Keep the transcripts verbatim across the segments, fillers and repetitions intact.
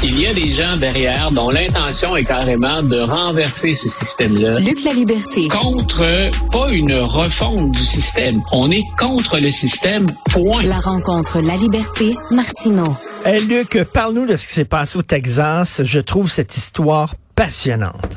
Il y a des gens derrière dont l'intention est carrément de renverser ce système-là. Luc La Liberté. Contre, pas une refonte du système. On est contre le système, point. La rencontre La Liberté, Martineau. Hey Luc, parle-nous de ce qui s'est passé au Texas. Je trouve cette histoire passionnante.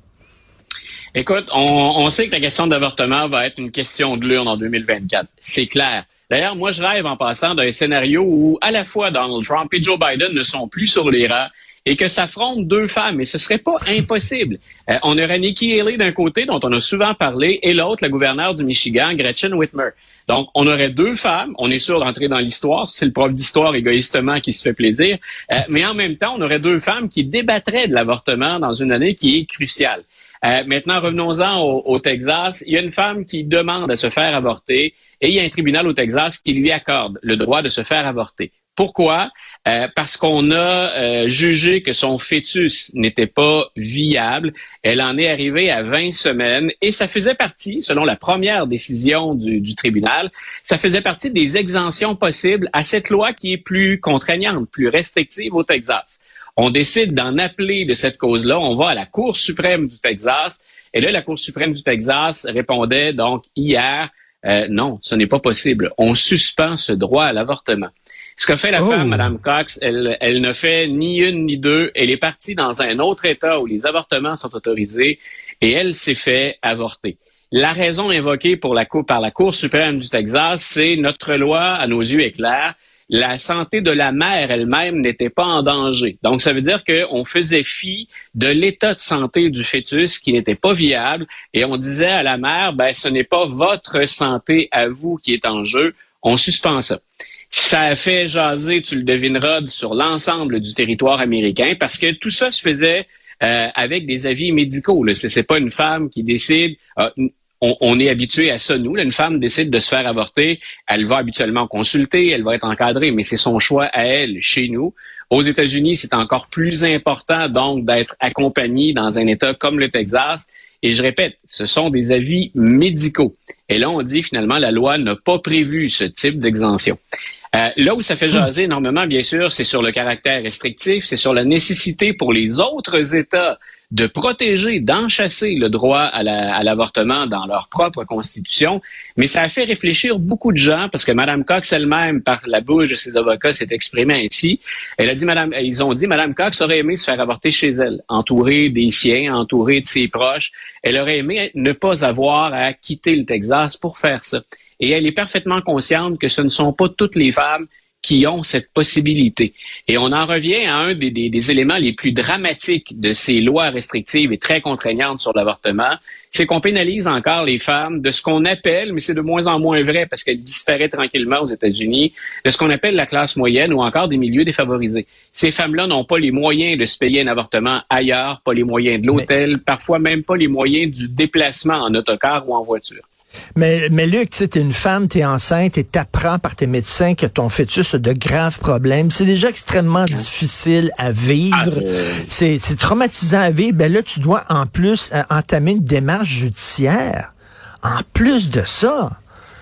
Écoute, on, on sait que la question d'avortement va être une question de l'urne en deux mille vingt-quatre. C'est clair. D'ailleurs, moi, je rêve en passant d'un scénario où, à la fois, Donald Trump et Joe Biden ne sont plus sur les rangs et que s'affrontent deux femmes. Et ce serait pas impossible. Euh, on aurait Nikki Haley d'un côté, dont on a souvent parlé, et l'autre, la gouverneure du Michigan, Gretchen Whitmer. Donc, on aurait deux femmes. On est sûr d'entrer dans l'histoire. C'est le prof d'histoire égoïstement qui se fait plaisir. Euh, mais en même temps, on aurait deux femmes qui débattraient de l'avortement dans une année qui est cruciale. Euh, maintenant, revenons-en au, au Texas. Il y a une femme qui demande à se faire avorter et il y a un tribunal au Texas qui lui accorde le droit de se faire avorter. Pourquoi? Euh, parce qu'on a euh, jugé que son fœtus n'était pas viable. Elle en est arrivée à vingt semaines et ça faisait partie, selon la première décision du, du tribunal, ça faisait partie des exemptions possibles à cette loi qui est plus contraignante, plus restrictive au Texas. On décide d'en appeler de cette cause-là. On va à la Cour suprême du Texas. Et là, la Cour suprême du Texas répondait donc hier, euh, non, ce n'est pas possible. On suspend ce droit à l'avortement. Ce qu'a fait la oh. femme, Mme Cox, elle, elle ne fait ni une ni deux. Elle est partie dans un autre État où les avortements sont autorisés et elle s'est fait avorter. La raison invoquée pour la cour, par la Cour suprême du Texas, c'est notre loi, à nos yeux, est claire. La santé de la mère elle-même n'était pas en danger. Donc, ça veut dire qu'on faisait fi de l'état de santé du fœtus qui n'était pas viable et on disait à la mère, ben, ce n'est pas votre santé à vous qui est en jeu. On suspend ça. Ça a fait jaser, tu le devineras, sur l'ensemble du territoire américain parce que tout ça se faisait euh, avec des avis médicaux. Là. C'est, c'est pas une femme qui décide... Euh, On, on est habitué à ça, nous. Là, une femme décide de se faire avorter, elle va habituellement consulter, elle va être encadrée, mais c'est son choix à elle, chez nous. Aux États-Unis, c'est encore plus important, donc, d'être accompagnée dans un État comme le Texas. Et je répète, ce sont des avis médicaux. Et là, on dit, finalement, la loi n'a pas prévu ce type d'exemption. Euh, là où ça fait jaser énormément, bien sûr, c'est sur le caractère restrictif, c'est sur la nécessité pour les autres États de protéger, d'enchasser le droit à, la, à l'avortement dans leur propre constitution. Mais ça a fait réfléchir beaucoup de gens parce que Mme Cox elle-même, par la bouche de ses avocats, s'est exprimée ainsi. Elle a dit, Madame, ils ont dit, Mme Cox aurait aimé se faire avorter chez elle, entourée des siens, entourée de ses proches. Elle aurait aimé ne pas avoir à quitter le Texas pour faire ça. Et elle est parfaitement consciente que ce ne sont pas toutes les femmes qui ont cette possibilité. Et on en revient à un des, des, des éléments les plus dramatiques de ces lois restrictives et très contraignantes sur l'avortement, c'est qu'on pénalise encore les femmes de ce qu'on appelle, mais c'est de moins en moins vrai parce qu'elles disparaissent tranquillement aux États-Unis, de ce qu'on appelle la classe moyenne ou encore des milieux défavorisés. Ces femmes-là n'ont pas les moyens de se payer un avortement ailleurs, pas les moyens de l'hôtel, mais... parfois même pas les moyens du déplacement en autocar ou en voiture. Mais, mais Luc, tu sais, t'es une femme, t'es enceinte et t'apprends par tes médecins que ton fœtus a de graves problèmes. C'est déjà extrêmement difficile à vivre. Ah, c'est, c'est traumatisant à vivre. Ben là, tu dois en plus euh, entamer une démarche judiciaire. En plus de ça.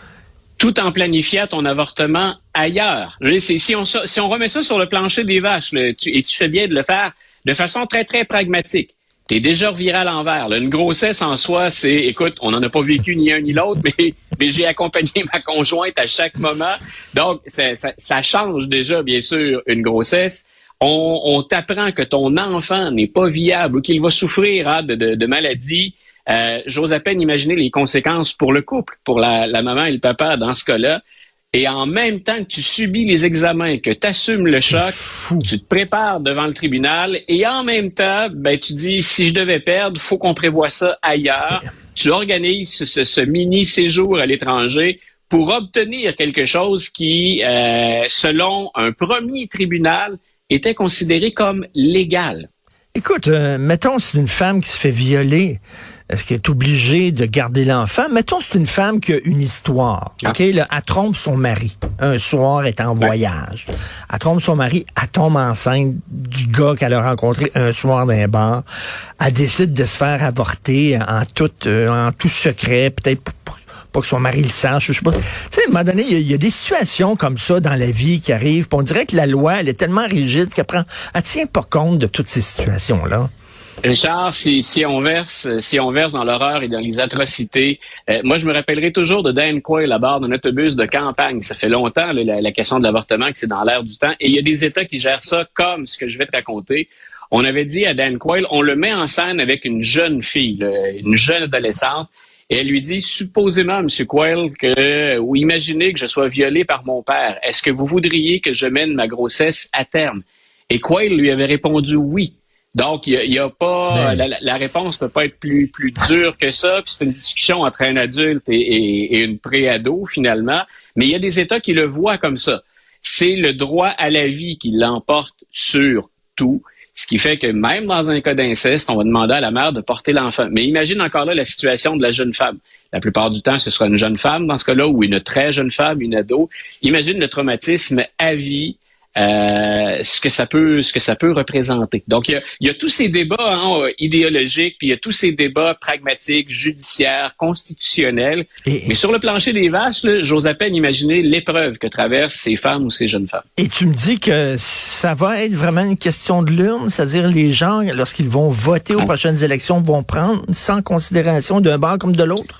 Tout en planifiant ton avortement ailleurs. C'est, si, on, si on remet ça sur le plancher des vaches, là, tu, et tu fais bien de le faire de façon très, très pragmatique. T'es déjà reviré à l'envers. Là. Une grossesse en soi, c'est, écoute, on n'en a pas vécu ni un ni l'autre, mais, mais j'ai accompagné ma conjointe à chaque moment. Donc, ça, ça, ça change déjà, bien sûr, une grossesse. On, on t'apprend que ton enfant n'est pas viable ou qu'il va souffrir hein, de, de, de maladies. Euh, j'ose à peine imaginer les conséquences pour le couple, pour la, la maman et le papa dans ce cas-là. Et en même temps que tu subis les examens, que tu assumes le choc, tu te prépares devant le tribunal et en même temps, ben tu dis, si je devais perdre, faut qu'on prévoie ça ailleurs. Tu organises ce, ce, ce mini-séjour à l'étranger pour obtenir quelque chose qui, euh, selon un premier tribunal, était considéré comme légal. Écoute, euh, mettons, c'est une femme qui se fait violer. est-ce qu'elle est obligée de garder l'enfant? Mettons, c'est une femme qui a une histoire. Ah. OK, là, elle trompe son mari. Un soir, elle est en voyage. Elle trompe son mari, elle tombe enceinte du gars qu'elle a rencontré un soir dans un bar. Elle décide de se faire avorter en tout, euh, en tout secret, peut-être pour, pas que son mari le sache, je sais pas. Tu sais, à un moment donné, il y, y a des situations comme ça dans la vie qui arrivent, puis on dirait que la loi, elle est tellement rigide qu'elle prend, elle tient pas compte de toutes ces situations-là. Richard, si, si on verse, si on verse dans l'horreur et dans les atrocités, euh, moi je me rappellerai toujours de Dan Quayle à bord d'un autobus de campagne. Ça fait longtemps là, la, la question de l'avortement, que c'est dans l'air du temps, et il y a des États qui gèrent ça comme ce que je vais te raconter. On avait dit à Dan Quayle, on le met en scène avec une jeune fille, là, une jeune adolescente, et elle lui dit, supposément, M. Quayle, que, ou imaginez que je sois violée par mon père, est-ce que vous voudriez que je mène ma grossesse à terme? Et Quayle lui avait répondu oui. Donc, il y, y a pas, la, la réponse peut pas être plus plus dure que ça. Puis c'est une discussion entre un adulte et, et, et une pré-ado finalement. Mais il y a des États qui le voient comme ça. C'est le droit à la vie qui l'emporte sur tout. Ce qui fait que même dans un cas d'inceste, on va demander à la mère de porter l'enfant. Mais imagine encore là la situation de la jeune femme. La plupart du temps, ce sera une jeune femme dans ce cas-là, ou une très jeune femme, une ado. Imagine le traumatisme à vie. Euh, ce que ça peut, ce que ça peut représenter. Donc, il y a, il y a tous ces débats hein, idéologiques, puis il y a tous ces débats pragmatiques, judiciaires, constitutionnels. Et, mais sur le plancher des vaches, là, j'ose à peine imaginer l'épreuve que traversent ces femmes ou ces jeunes femmes. Et tu me dis que ça va être vraiment une question de l'urne, c'est-à-dire les gens, lorsqu'ils vont voter aux hein? prochaines élections, vont prendre sans considération d'un bord comme de l'autre?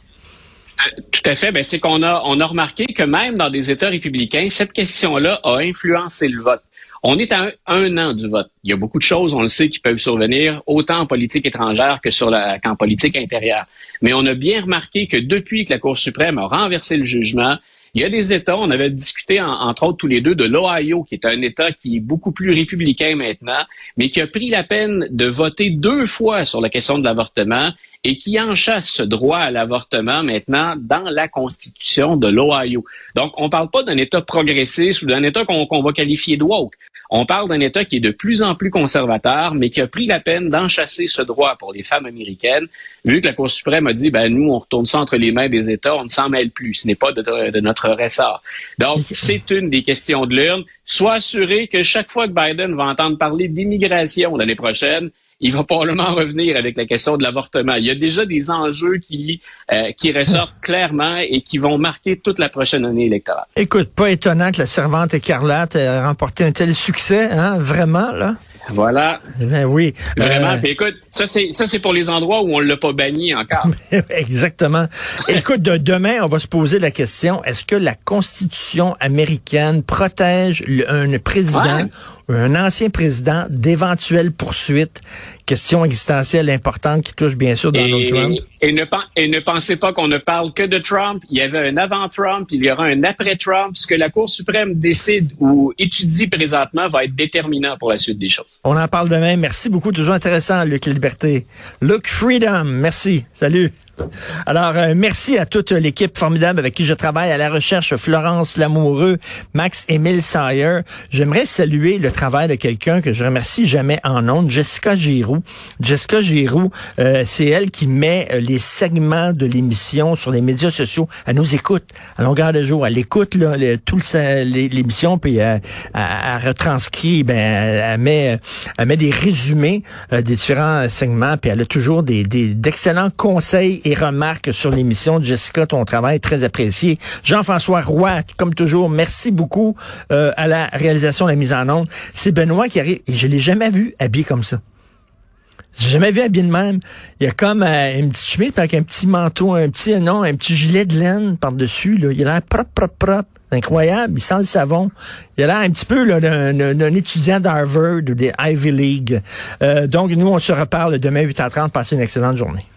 Tout à fait. Ben, c'est qu'on a, on a remarqué que même dans des États républicains, cette question-là a influencé le vote. On est à un, un an du vote. Il y a beaucoup de choses, on le sait, qui peuvent survenir, autant en politique étrangère que sur la, qu'en politique intérieure. Mais on a bien remarqué que depuis que la Cour suprême a renversé le jugement, il y a des États, on avait discuté en, entre autres tous les deux de l'Ohio, qui est un État qui est beaucoup plus républicain maintenant, mais qui a pris la peine de voter deux fois sur la question de l'avortement et qui enchâsse ce droit à l'avortement maintenant dans la Constitution de l'Ohio. Donc, on ne parle pas d'un État progressiste ou d'un État qu'on, qu'on va qualifier de woke. On parle d'un État qui est de plus en plus conservateur, mais qui a pris la peine d'enchasser ce droit pour les femmes américaines, vu que la Cour suprême a dit, ben nous, on retourne ça entre les mains des États, on ne s'en mêle plus. Ce n'est pas de, de notre ressort. Donc, c'est une des questions de l'urne. Sois assuré que chaque fois que Biden va entendre parler d'immigration l'année prochaine, il va probablement revenir avec la question de l'avortement. Il y a déjà des enjeux qui euh, qui ressortent clairement et qui vont marquer toute la prochaine année électorale. Écoute, pas étonnant que la Servante écarlate ait remporté un tel succès, hein, vraiment, là? Voilà. Ben oui. Vraiment. Euh... Puis écoute, ça c'est ça c'est pour les endroits où on l'a pas banni encore. Exactement. Écoute, de, demain, on va se poser la question, est-ce que la Constitution américaine protège le, un président, ouais. ou un ancien président d'éventuelles poursuites? Question existentielle importante qui touche bien sûr Donald et, Trump. Et ne, et ne pensez pas qu'on ne parle que de Trump. Il y avait un avant Trump, il y aura un après Trump. Ce que la Cour suprême décide ou étudie présentement va être déterminant pour la suite des choses. On en parle demain. Merci beaucoup. Toujours intéressant, Luc Liberté. Luc Freedom. Merci. Salut. Alors, euh, merci à toute l'équipe formidable avec qui je travaille à la recherche, Florence Lamoureux, Max-Émile Sayer. J'aimerais saluer le travail de quelqu'un que je remercie jamais en ondes, Jessica Giroux. Jessica Giroux, euh, c'est elle qui met euh, les segments de l'émission sur les médias sociaux. Elle nous écoute à longueur de jour. Elle écoute là, le, tout le, l'émission, puis euh, elle, elle retranscrit, ben, elle, elle, met, elle met des résumés euh, des différents segments, puis elle a toujours des, des d'excellents conseils et remarques sur l'émission. Jessica, ton travail est très apprécié. Jean-François Roy, comme toujours, merci beaucoup euh, à la réalisation, la mise en onde. C'est Benoît qui arrive, et je l'ai jamais vu habillé comme ça. J'ai jamais vu habillé de même. Il y a comme euh, une petite chemise avec un petit manteau, un petit non, un petit gilet de laine par-dessus. Là. Il a l'air propre, propre, propre. C'est incroyable. Il sent le savon. Il a l'air un petit peu là, d'un, d'un étudiant d'Harvard ou des Ivy League. Euh, donc, nous, on se reparle demain huit heures trente. Passez une excellente journée.